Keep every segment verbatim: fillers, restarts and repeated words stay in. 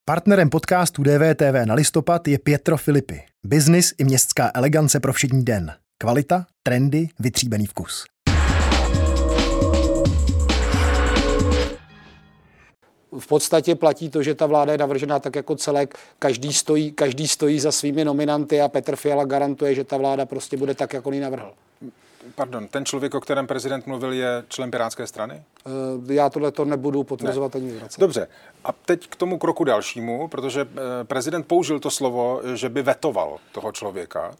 Partnerem podcastu D V T V na listopad je Pietro Filippi. Biznis i městská elegance pro všední den. Kvalita, trendy, vytříbený vkus. V podstatě platí to, že ta vláda je navržená tak jako celek, každý stojí, každý stojí za svými nominanty a Petr Fiala garantuje, že ta vláda prostě bude tak, jako ji navrhl. Pardon, ten člověk, o kterém prezident mluvil, je člen Pirátské strany? Já tohle to nebudu potvrzovat ne. ani vyvracet. Dobře. A teď k tomu kroku dalšímu, protože prezident použil to slovo, že by vetoval toho člověka.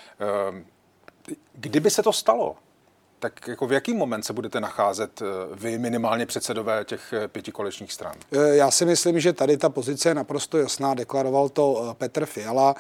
Kdyby se to stalo, tak jako v jaký moment se budete nacházet vy, minimálně předsedové těch pěti koaličních stran? Já si myslím, že tady ta pozice je naprosto jasná. Deklaroval to Petr Fiala.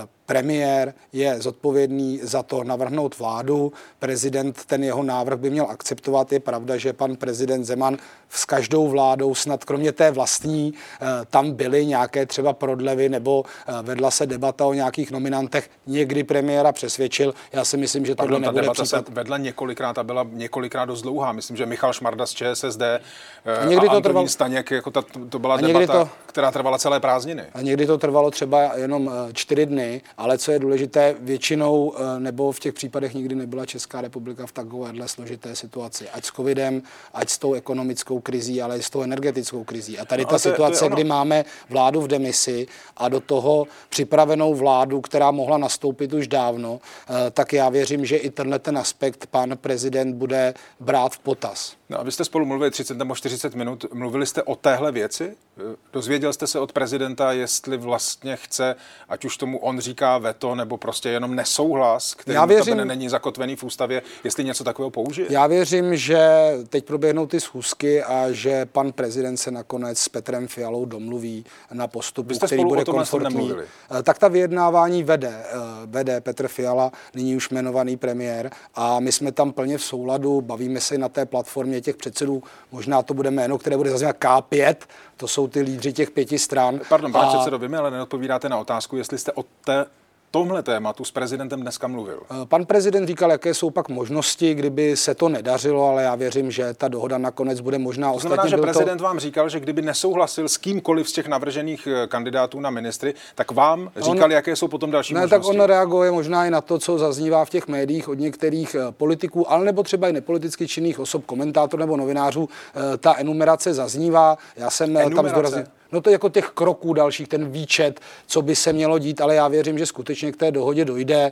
Premiér je zodpovědný za to navrhnout vládu. Prezident ten jeho návrh by měl akceptovat. Je pravda, že pan prezident Zeman s každou vládou, snad kromě té vlastní, tam byly nějaké třeba prodlevy nebo vedla se debata o nějakých nominantech. Někdy premiéra přesvědčil. Já si myslím, že tohle nebude debata případ. Se vedla několikrát a byla několikrát dost dlouhá. Myslím, že Michal Šmarda z ČSSD a, někdy a to Antonín trval... Staněk, jako ta, to byla debata, to... která trvala celé prázdniny. A někdy to trvalo třeba jenom čtyři dny, ale co je důležité, většinou nebo v těch případech nikdy nebyla Česká republika v takovéhle složité situaci. Ať s covidem, ať s tou ekonomickou krizí, ale i s tou energetickou krizí. A tady no, ta situace, je, kdy máme vládu v demisi a do toho připravenou vládu, která mohla nastoupit už dávno, tak já věřím, že i tenhle ten aspekt pan prezident bude brát v potaz. No a vy jste spolu mluvili třicet nebo čtyřicet minut. Mluvili jste o téhle věci? Dozvěděl jste se od prezidenta, jestli vlastně chce, ať už tomu on říká veto, nebo prostě jenom nesouhlas, který věřím, není zakotvený v ústavě, jestli něco takového použije? Já věřím, že teď proběhnou ty schůzky a že pan prezident se nakonec s Petrem Fialou domluví na postupu, který bude komfortní. Tak ta vyjednávání vede, vede Petr Fiala, nyní už jmenovaný premiér, a my jsme tam plně v souladu, bavíme se na té platformě těch předsedů, možná to bude jméno, které bude zaznívat K pět, to jsou ty lídři těch pěti stran. Pardon, pane a... předsedo, vy mi ale neodpovídáte na otázku, jestli jste o té tomhle tématu s prezidentem dneska mluvil. Pan prezident říkal, jaké jsou pak možnosti, kdyby se to nedařilo, ale já věřím, že ta dohoda nakonec bude možná. To znamená, že prezident to... vám říkal, že kdyby nesouhlasil s kýmkoliv z těch navržených kandidátů na ministry, tak vám říkal, on... jaké jsou potom další ne, možnosti. Tak on reaguje možná i na to, co zaznívá v těch médiích od některých politiků, ale nebo třeba i nepoliticky činných osob, komentátorů nebo novinářů. Ta enumerace zaznívá. Já jsem enumerace. tam zdůraznil. No to je jako těch kroků dalších, ten výčet, co by se mělo dít, ale já věřím, že skutečně k té dohodě dojde.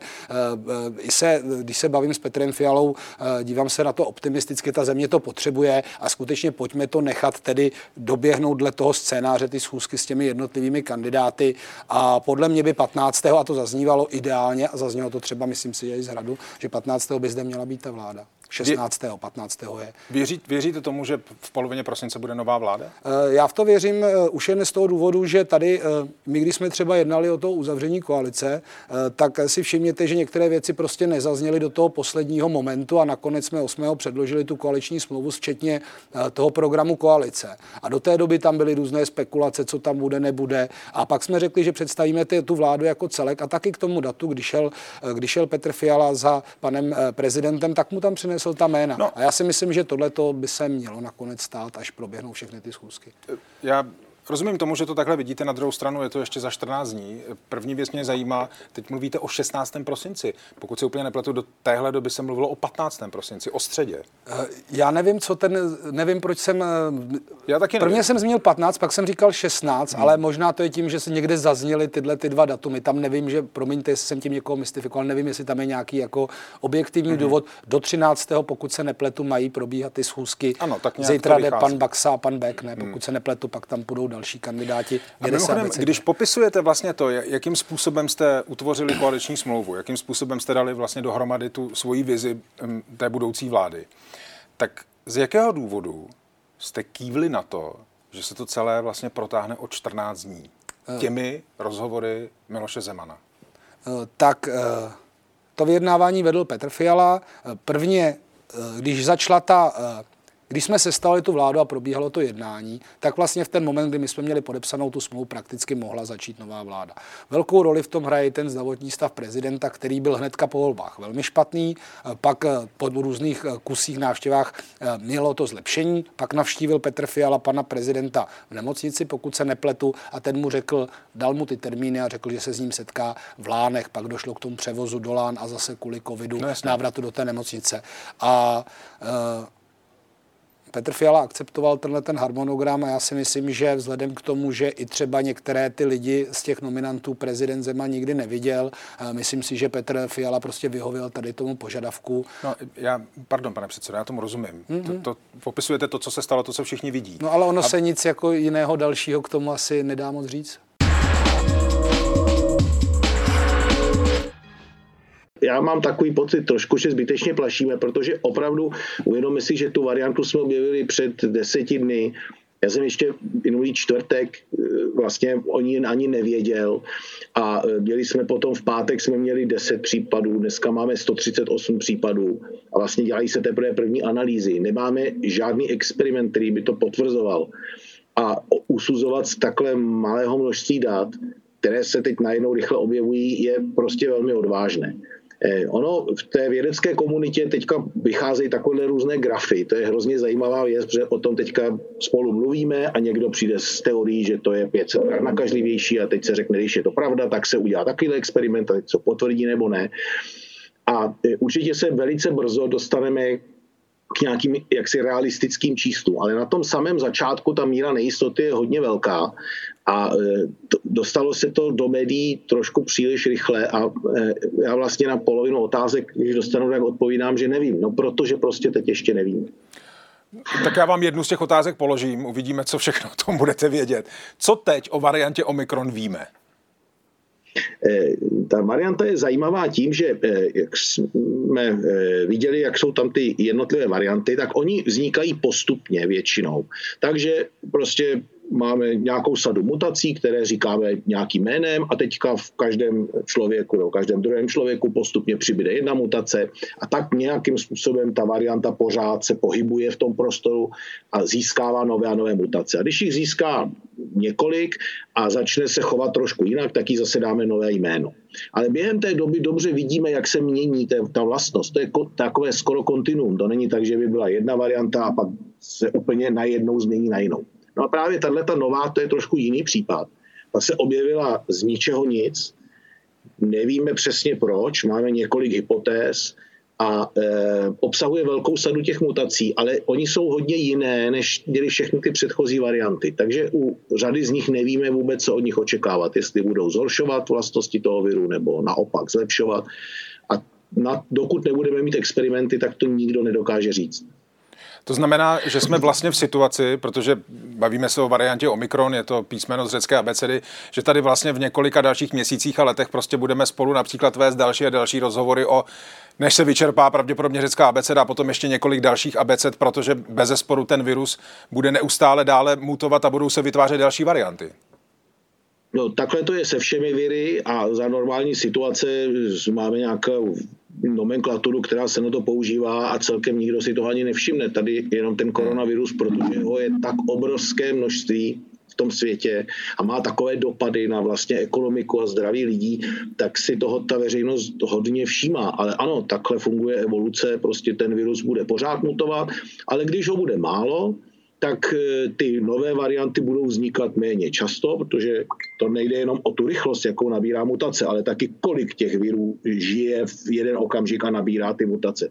I se, když se bavím s Petrem Fialou, dívám se na to optimisticky, ta země to potřebuje a skutečně pojďme to nechat tedy doběhnout dle toho scénáře, ty schůzky s těmi jednotlivými kandidáty, a podle mě by patnáctého a to zaznívalo ideálně a zaznělo to třeba, myslím si, i z Hradu, že patnáctého by zde měla být ta vláda. šestnáctého, patnáctého je. Věří, věříte tomu, že v polovině prosince bude nová vláda? Já v to věřím už jen z toho důvodu, že tady, my když jsme třeba jednali o to uzavření koalice, tak si všimněte, že některé věci prostě nezazněly do toho posledního momentu a nakonec jsme osmého předložili tu koaliční smlouvu včetně toho programu koalice. A do té doby tam byly různé spekulace, co tam bude, nebude. A pak jsme řekli, že představíme tu vládu jako celek a taky k tomu datu, když šel, když šel Petr Fiala za panem prezidentem, tak mu tam přinesl ta jména. No. A já si myslím, že tohleto by se mělo nakonec stát, až proběhnou všechny ty schůzky. Já rozumím tomu, že to takhle vidíte, na druhou stranu je to ještě za čtrnáct dní. První věc mě zajímá, teď mluvíte o šestnáctém prosinci. Pokud se úplně nepletu, do téhle doby se mluvilo o patnáctém prosinci, o středě. Já nevím, co ten, nevím, proč jsem... Já taky Prvně nevím. jsem zmínil patnáct, pak jsem říkal šestnáct, hmm. ale možná to je tím, že se někde zazněly tyhle ty dva datumy. Tam nevím, že, promiňte, jestli jsem tím někoho mystifikoval, nevím, jestli tam je nějaký jako objektivní hmm. důvod. Do třináctého, pokud se nepletu, mají probíhat ty schůzky. Ano, tak zítra jde pan Baxa a pan Beck, ne? Pokud hmm. se nepletu, pak tam půjdou další kandidáti. A mimochodem, když popisujete vlastně to, jakým způsobem jste utvořili koaliční smlouvu, jakým způsobem jste dali vlastně dohromady tu svoji vizi té budoucí vlády, tak z jakého důvodu jste kývli na to, že se to celé vlastně protáhne o čtrnáct dní těmi rozhovory Miloše Zemana? Tak to vyjednávání vedl Petr Fiala. Prvně, když začala ta Když jsme sestavili tu vládu a probíhalo to jednání, tak vlastně v ten moment, kdy my jsme měli podepsanou tu smlouvu, prakticky mohla začít nová vláda. Velkou roli v tom hraje ten zdravotní stav prezidenta, který byl hnedka po volbách velmi špatný, pak po různých kusích návštěvách mělo to zlepšení, pak navštívil Petr Fiala pana prezidenta v nemocnici, pokud se nepletu, a ten mu řekl, dal mu ty termíny a řekl, že se s ním setká v Lánech, pak došlo k tomu převozu do Lán a zase kvůli covidu no, návratu do té nemocnice. A uh, Petr Fiala akceptoval tenhle ten harmonogram a já si myslím, že vzhledem k tomu, že i třeba některé ty lidi z těch nominantů prezident Zeman nikdy neviděl, myslím si, že Petr Fiala prostě vyhověl tady tomu požadavku. No, já, pardon, pane předsedo, já tomu rozumím. Mm-hmm. To, to, popisujete to, co se stalo, to, co všichni vidí. No ale ono a... se nic jako jiného dalšího k tomu asi nedá moc říct. Já mám takový pocit trošku, že zbytečně plašíme, protože opravdu uvědomíme si, že tu variantu jsme objevili před deseti dny. Já jsem ještě minulý čtvrtek vlastně o ní ani nevěděl a měli jsme potom v pátek jsme měli deset případů, dneska máme sto třicet osm případů a vlastně dělají se teprve první analýzy. Nemáme žádný experiment, který by to potvrzoval. A usuzovat z takhle malého množství dat, které se teď najednou rychle objevují, je prostě velmi odvážné. Ono v té vědecké komunitě teďka vycházejí takové různé grafy. To je hrozně zajímavá věc, protože o tom teďka spolu mluvíme a někdo přijde s teorií, že to je pět set krát nakažlivější a teď se řekne, když je to pravda, tak se udělá takovýhle experiment a teď co potvrdí nebo ne. A určitě se velice brzo dostaneme k nějakým jaksi realistickým číslům, ale na tom samém začátku ta míra nejistoty je hodně velká a dostalo se to do médií trošku příliš rychle a já vlastně na polovinu otázek, když dostanu, tak odpovídám, že nevím, no protože prostě teď ještě nevím. Tak já vám jednu z těch otázek položím, uvidíme, co všechno o tom budete vědět. Co teď o variantě Omikron víme? Ta varianta je zajímavá tím, že jak jsme viděli, jak jsou tam ty jednotlivé varianty, tak oni vznikají postupně většinou. Takže prostě máme nějakou sadu mutací, které říkáme nějakým jménem a teďka v každém člověku, nebo v každém druhém člověku postupně přibyde jedna mutace a tak nějakým způsobem ta varianta pořád se pohybuje v tom prostoru a získává nové a nové mutace. A když jich získá několik a začne se chovat trošku jinak, tak jí zase dáme nové jméno. Ale během té doby dobře vidíme, jak se mění ta vlastnost. To je takové skoro kontinuum. To není tak, že by byla jedna varianta a pak se úplně najednou změní na jinou. No a právě tato nová, to je trošku jiný případ. Ta se objevila z ničeho nic, nevíme přesně proč, máme několik hypotéz a e, obsahuje velkou sadu těch mutací, ale oni jsou hodně jiné, než měly všechny ty předchozí varianty. Takže u řady z nich nevíme vůbec, co od nich očekávat, jestli budou zhoršovat vlastnosti toho viru nebo naopak zlepšovat. A na, dokud nebudeme mít experimenty, tak to nikdo nedokáže říct. To znamená, že jsme vlastně v situaci, protože bavíme se o variantě Omikron, je to písmeno z řecké abecedy, že tady vlastně v několika dalších měsících a letech prostě budeme spolu například vést další a další rozhovory o, než se vyčerpá pravděpodobně řecká abeceda a potom ještě několik dalších abeced, protože bezesporu ten virus bude neustále dále mutovat a budou se vytvářet další varianty. No takhle to je se všemi viry a za normální situace máme nějakou nomenklaturu, která se na to používá a celkem nikdo si toho ani nevšimne. Tady jenom ten koronavirus, protože ho je tak obrovské množství v tom světě a má takové dopady na vlastně ekonomiku a zdraví lidí, tak si toho ta veřejnost hodně všímá. Ale ano, takhle funguje evoluce, prostě ten virus bude pořád mutovat, ale když ho bude málo, tak ty nové varianty budou vznikat méně často, protože to nejde jenom o tu rychlost, jakou nabírá mutace, ale taky kolik těch virů žije v jeden okamžik a nabírá ty mutace.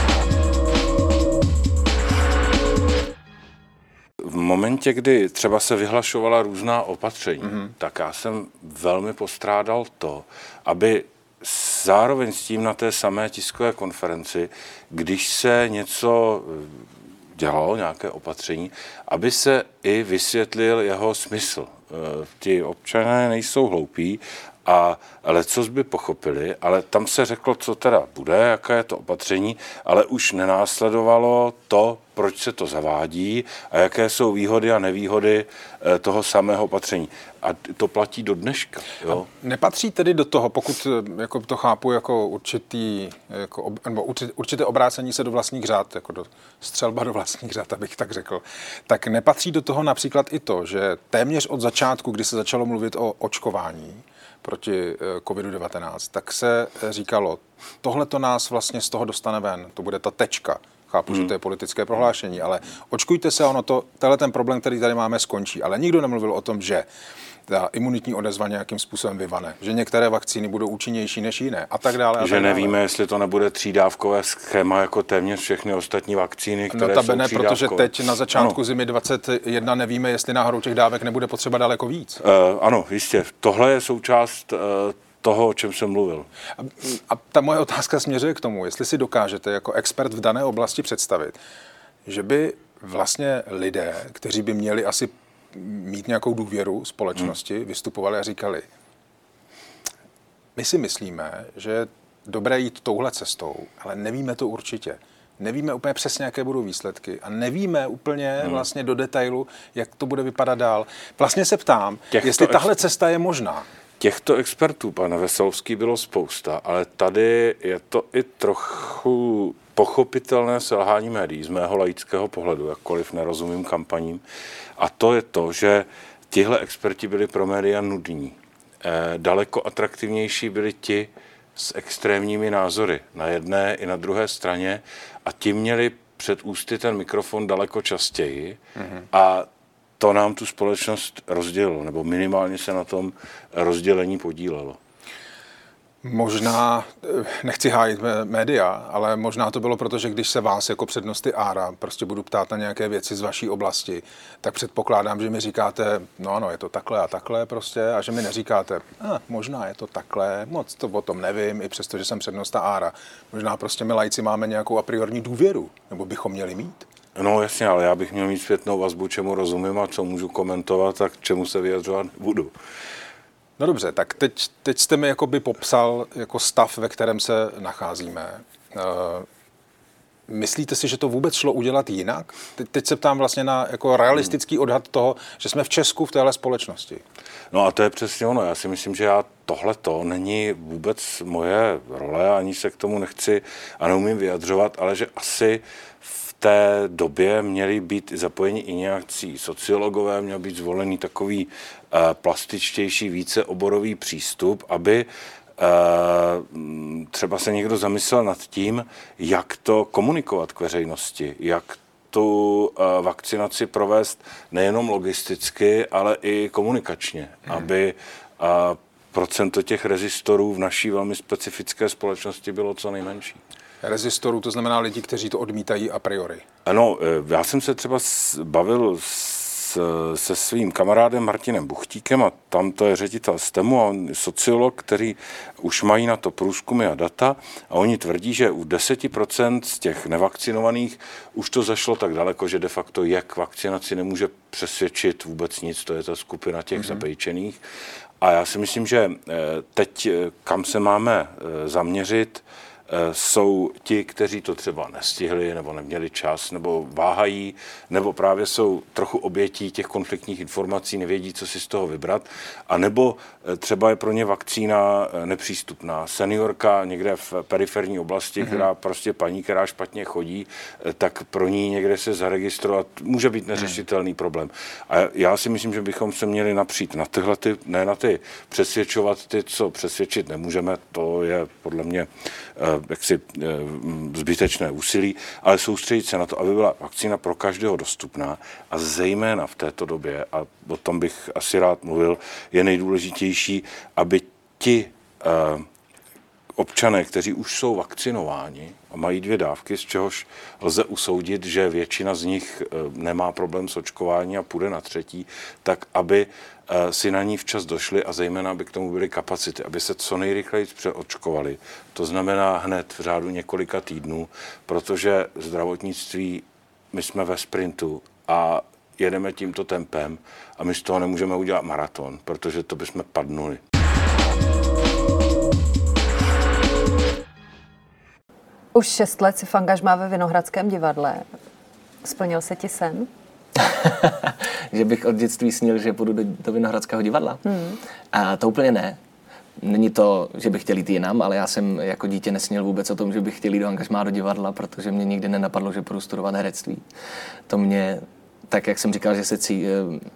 V momentě, kdy třeba se vyhlašovala různá opatření, mm-hmm. tak já jsem velmi postrádal to, aby zároveň s tím na té samé tiskové konferenci, když se něco dělalo, nějaké opatření, aby se i vysvětlil jeho smysl. Ti občané nejsou hloupí a lecos by pochopili, ale tam se řeklo, co teda bude, jaké je to opatření, ale už nenásledovalo to, proč se to zavádí a jaké jsou výhody a nevýhody toho samého opatření. A to platí do dneška. Jo? Nepatří tedy do toho, pokud jako to chápu jako určitý, jako, nebo určité obrácení se do vlastních řád, jako do střelba do vlastních řád, abych tak řekl, tak nepatří do toho například i to, že téměř od začátku, kdy se začalo mluvit o očkování proti kovidu devatenáct, tak se říkalo, tohle to nás vlastně z toho dostane ven, to bude ta tečka. Chápu, hmm. že to je politické prohlášení, ale očkujte se, ono to, tenhle ten problém, který tady máme, skončí. Ale nikdo nemluvil o tom, že ta imunitní odezva nějakým způsobem vyvane, že některé vakcíny budou účinnější než jiné a tak dále. A že tak dále. Nevíme, jestli to nebude třídávkové schéma jako téměř všechny ostatní vakcíny, které no, jsou ne, třídávkové. Protože teď na začátku ano. zimy dvacet jedna nevíme, jestli náhodou těch dávek nebude potřeba daleko víc. Uh, ano, jistě. Tohle je součást uh, toho, o čem jsem mluvil. A, a ta moje otázka směřuje k tomu, jestli si dokážete jako expert v dané oblasti představit, že by vlastně lidé, kteří by měli asi mít nějakou důvěru společnosti, hmm. vystupovali a říkali, my si myslíme, že je dobré jít touhle cestou, ale nevíme to určitě. Nevíme úplně přesně, jaké budou výsledky a nevíme úplně hmm. vlastně do detailu, jak to bude vypadat dál. Vlastně se ptám, Těchto jestli tahle cesta je možná. Těchto expertů, pan Veselovský, bylo spousta, ale tady je to i trochu pochopitelné selhání médií z mého laického pohledu, jakkoliv nerozumím kampaním. A to je to, že tihle experti byli pro média nudní. E, daleko atraktivnější byli ti s extrémními názory na jedné i na druhé straně a ti měli před ústy ten mikrofon daleko častěji mm-hmm. a to nám tu společnost rozdělilo, nebo minimálně se na tom rozdělení podílelo. Možná, nechci hájit média, ale možná to bylo proto, že když se vás jako přednosty Ára prostě budu ptát na nějaké věci z vaší oblasti, tak předpokládám, že mi říkáte, no ano, je to takhle a takhle prostě, a že mi neříkáte, ah, možná je to takhle, moc to o tom nevím, i přesto, že jsem přednosta Ára. Možná prostě my laici máme nějakou a priorní důvěru, nebo bychom měli mít. No jasně, ale já bych měl mít zpětnou vazbu, čemu rozumím a co můžu komentovat a k čemu se vyjadřovat budu. No dobře, tak teď, teď jste mi jakoby popsal jako stav, ve kterém se nacházíme. E, myslíte si, že to vůbec šlo udělat jinak? Teď, teď se ptám vlastně na jako realistický odhad toho, že jsme v Česku v téhle společnosti. No a to je přesně ono. Já si myslím, že já tohleto není vůbec moje role, ani se k tomu nechci a neumím vyjadřovat, ale že asi v té době měli být zapojeni i nějakí sociologové, měl být zvolený takový uh, plastičtější, víceoborový přístup, aby uh, třeba se někdo zamyslel nad tím, jak to komunikovat k veřejnosti, jak tu uh, vakcinaci provést nejenom logisticky, ale i komunikačně, hmm. aby uh, procento těch rezistorů v naší velmi specifické společnosti bylo co nejmenší. Rezistorů, to znamená lidi, kteří to odmítají a priori. Ano, já jsem se třeba bavil s, se svým kamarádem Martinem Buchtíkem a tam to je ředitel STEMu a on je sociolog, který už mají na to průzkumy a data a oni tvrdí, že u deset procent z těch nevakcinovaných už to zašlo tak daleko, že de facto je k vakcinaci nemůže přesvědčit vůbec nic, to je ta skupina těch mm-hmm. zapejčených. A já si myslím, že teď, kam se máme zaměřit, jsou ti, kteří to třeba nestihli nebo neměli čas, nebo váhají, nebo právě jsou trochu obětí těch konfliktních informací, nevědí, co si z toho vybrat, a nebo třeba je pro ně vakcína nepřístupná. Seniorka někde v periferní oblasti, mm-hmm. která prostě paní, která špatně chodí, tak pro ní někde se zaregistrovat může být neřešitelný mm. problém. A já si myslím, že bychom se měli napřít na tyhle, ty, ne na ty přesvědčovat ty, co přesvědčit nemůžeme, to je podle mě jaksi zbytečné úsilí, ale soustředit se na to, aby byla vakcína pro každého dostupná a zejména v této době, a o tom bych asi rád mluvil, je nejdůležitější, aby ti uh, občané, kteří už jsou vakcinováni a mají dvě dávky, z čehož lze usoudit, že většina z nich uh, nemá problém s očkováním a půjde na třetí, tak aby uh, si na ní včas došli a zejména, aby k tomu byly kapacity, aby se co nejrychleji přeočkovali. To znamená hned v řádu několika týdnů, protože zdravotnictví, my jsme ve sprintu a jedeme tímto tempem a my z toho nemůžeme udělat maraton, protože to bychom padnuli. Už šest let si v angažmá ve Vinohradském divadle. Splnil se ti sen? Že bych od dětství snil, že půjdu do, do Vinohradského divadla? Hmm. A to úplně ne. Není to, že bych chtěl jít jinam, ale já jsem jako dítě nesnil vůbec o tom, že bych chtěl jít do angažmá do divadla, protože mě nikdy nenapadlo, že půjdu studovat herectví. To mě, tak jak jsem říkal, že se cí,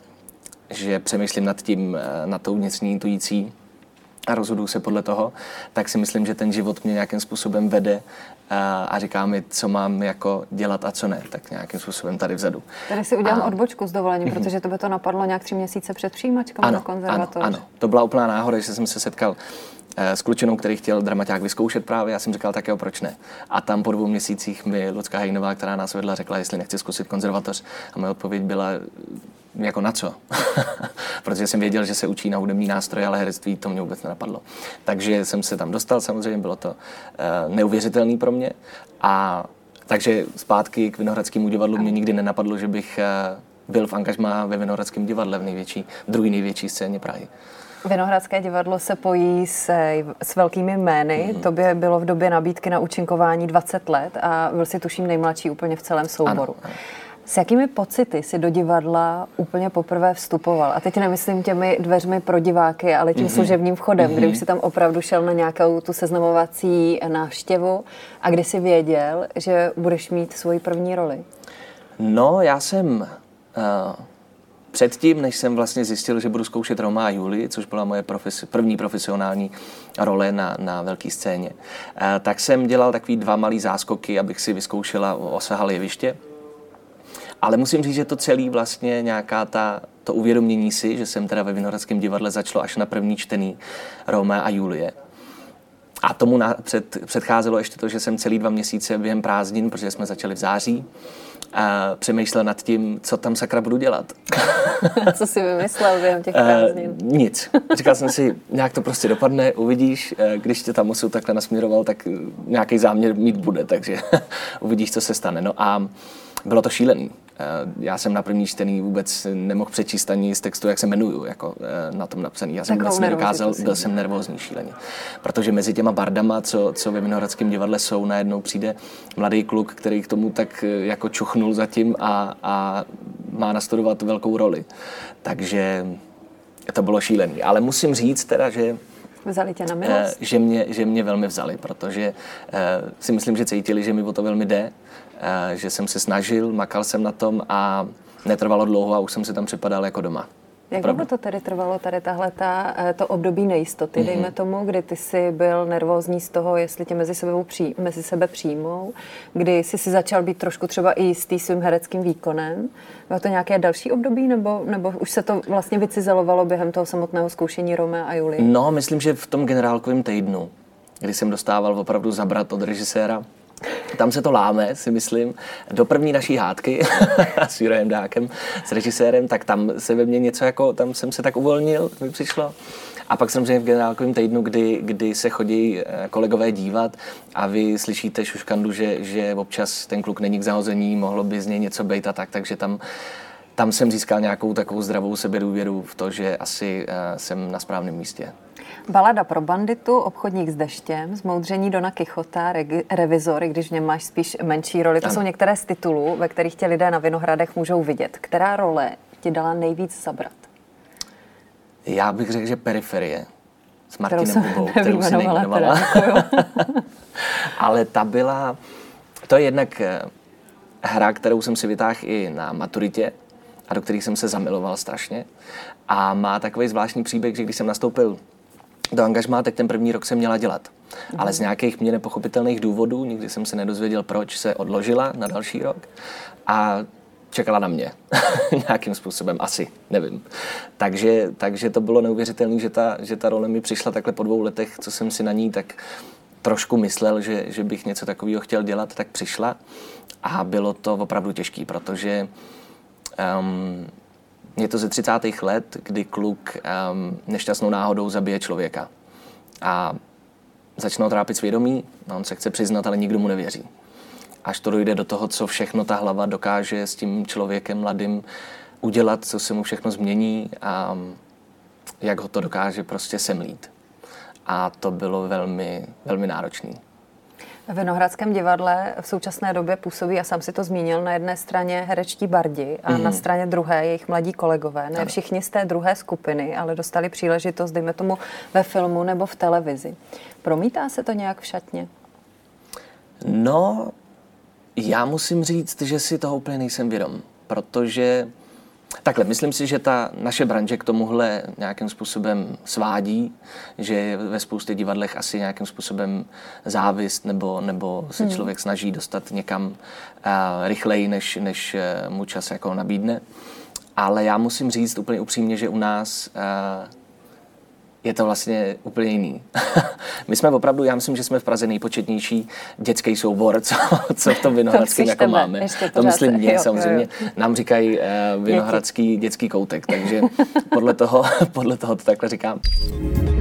že přemýšlím nad tím, nad tou vnitřní intuicí a rozhoduju se podle toho, tak si myslím, že ten život mě nějakým způsobem vede a, a říká mi, co mám jako dělat a co ne, tak nějakým způsobem tady vzadu. Tady si udělám a... odbočku s dovolením, protože to by to napadlo nějak tři měsíce před přijímačkami na konzervatoř. Ano, ano, to byla úplná náhoda, že jsem se setkal s klučinou, který chtěl dramaťák vyzkoušet právě, já jsem říkal, tak jo, proč ne. A tam po dvou měsících mi Lucka Hejnová, která nás vedla, řekla, jestli nechci zkusit konzervatoř. A moje odpověď byla, jako na co? Protože jsem věděl, že se učí na hudební nástroje, ale herectví to mě vůbec nenapadlo. Takže jsem se tam dostal, samozřejmě bylo to uh, neuvěřitelný pro mě. A takže zpátky k Vinohradskému divadlu mě nikdy nenapadlo, že bych uh, byl v angažmá ve Vinohradském divadle v největší, druhý největší scéně Prahy. Vinohradské divadlo se pojí se, s velkými jmény. Mm-hmm. Tobě bylo v době nabídky na účinkování dvacet let a byl si tuším nejmladší úplně v celém souboru. Ano, ano. S jakými pocity si do divadla úplně poprvé vstupoval? A teď nemyslím těmi dveřmi pro diváky, ale tím mm-hmm. služebním vchodem, mm-hmm. kdy už si tam opravdu šel na nějakou tu seznamovací návštěvu a kdy si věděl, že budeš mít svoji první roli. No, já jsem... Uh... Předtím, než jsem vlastně zjistil, že budu zkoušet Roma a Julii, což byla moje profesi- první profesionální role na, na velké scéně, eh, tak jsem dělal takový dva malý záskoky, abych si vyzkoušel a osahal jeviště. Ale musím říct, že to celé vlastně nějaká ta, to uvědomění si, že jsem teda ve Vinohradském divadle začalo až na první čtený Roma a Julie. A tomu na, před, předcházelo ještě to, že jsem celý dva měsíce během prázdnin, protože jsme začali v září, a přemýšlel nad tím, co tam sakra budu dělat. Co jsi vymyslel během těch prázdnin? Uh, nic. Říkal jsem si, nějak to prostě dopadne, uvidíš, když tě tam musel takhle nasměroval, tak nějaký záměr mít bude, takže uvidíš, co se stane. No a bylo to šílený. Já jsem na první čtený vůbec nemohl přečíst ani z textu, jak se jmenuju, jako na tom napsaný. Já jsem vůbec nedokázal, byl jsem nervózní šíleně. Protože mezi těma bardama, co, co ve Vinohradském divadle jsou, najednou přijde mladý kluk, který k tomu tak jako čuchnul zatím a, a má nastudovat velkou roli. Takže to bylo šílený. Ale musím říct teda, že vzali tě na milost? Že mě, že mě velmi vzali, protože si myslím, že cítili, že mi o to velmi jde, že jsem se snažil, makal jsem na tom a netrvalo dlouho a už jsem si tam připadal jako doma. Jak dlouho to tedy trvalo, tady tahle ta, to období nejistoty, mm-hmm. dejme tomu, kdy ty jsi byl nervózní z toho, jestli tě mezi, sebou přij, mezi sebe přijmou, kdy jsi si začal být trošku třeba i jistý svým hereckým výkonem. Bylo to nějaké další období, nebo, nebo už se to vlastně vycizelovalo během toho samotného zkoušení Romea a Julie? No, myslím, že v tom generálkovém týdnu, kdy jsem dostával opravdu zabrat od režiséra, tam se to láme, si myslím, do první naší hádky s Jurajem Dákem, s režisérem, tak tam se ve mně něco jako, tam jsem se tak uvolnil, mi přišlo. A pak samozřejmě v generálkovém týdnu, kdy, kdy se chodí kolegové dívat a vy slyšíte šuškandu, že, že občas ten kluk není k zahození, mohlo by z něj něco být a tak, takže tam, tam jsem získal nějakou takovou zdravou sebedůvěru v to, že asi uh, jsem na správném místě. Balada pro banditu, Obchodník s deštěm, Zmoudření Dona Kichota, Regi- Revizor, i když v něm máš spíš menší roli. To ano. Jsou některé z titulů, ve kterých tě lidé na Vinohradech můžou vidět. Která role ti dala nejvíc zabrat? Já bych řekl, že Periferie s Martinem Hubou, kterou si nejmenovala. Ale ta byla, to je jednak hra, kterou jsem si vytáhl i na maturitě a do kterých jsem se zamiloval strašně. A má takový zvláštní příběh, že když jsem nastoupil do angažmá, tak ten první rok jsem měla dělat. Mhm. Ale z nějakých mě nepochopitelných důvodů, nikdy jsem se nedozvěděl, proč se odložila na další rok a čekala na mě. Nějakým způsobem, asi, nevím. Takže, takže to bylo neuvěřitelné, že ta, že ta role mi přišla takhle po dvou letech, co jsem si na ní tak trošku myslel, že, že bych něco takového chtěl dělat, tak přišla. A bylo to opravdu těžký, protože um, je to ze třicátých let, kdy kluk um, nešťastnou náhodou zabije člověka. A začnou trápit svědomí, on se chce přiznat, ale nikdo mu nevěří. Až to dojde do toho, co všechno ta hlava dokáže s tím člověkem mladým udělat, co se mu všechno změní a jak ho to dokáže prostě semlít. A to bylo velmi, velmi náročné. V Vinohradském divadle v současné době působí, a sám si to zmínil, na jedné straně herečtí bardi a mm. na straně druhé jejich mladí kolegové. Ne všichni z té druhé skupiny, ale dostali příležitost, dejme tomu, ve filmu nebo v televizi. Promítá se to nějak v šatně? No, já musím říct, že si toho úplně nejsem vědom, protože takhle, myslím si, že ta naše branže k tomuhle nějakým způsobem svádí, že je ve spoustě divadlech asi nějakým způsobem závist nebo, nebo se hmm. člověk snaží dostat někam uh, rychleji, než, než uh, mu čas jako nabídne. Ale já musím říct úplně upřímně, že u nás uh, je to vlastně úplně jiný. My jsme opravdu, já myslím, že jsme v Praze nejpočetnější dětský soubor, co, co v tom Vinohradském jako tebe, máme. To myslím mě, jo, samozřejmě. Jo, jo. Nám říkají uh, Vinohradský dětský koutek, takže podle toho, podle toho to takhle říkám.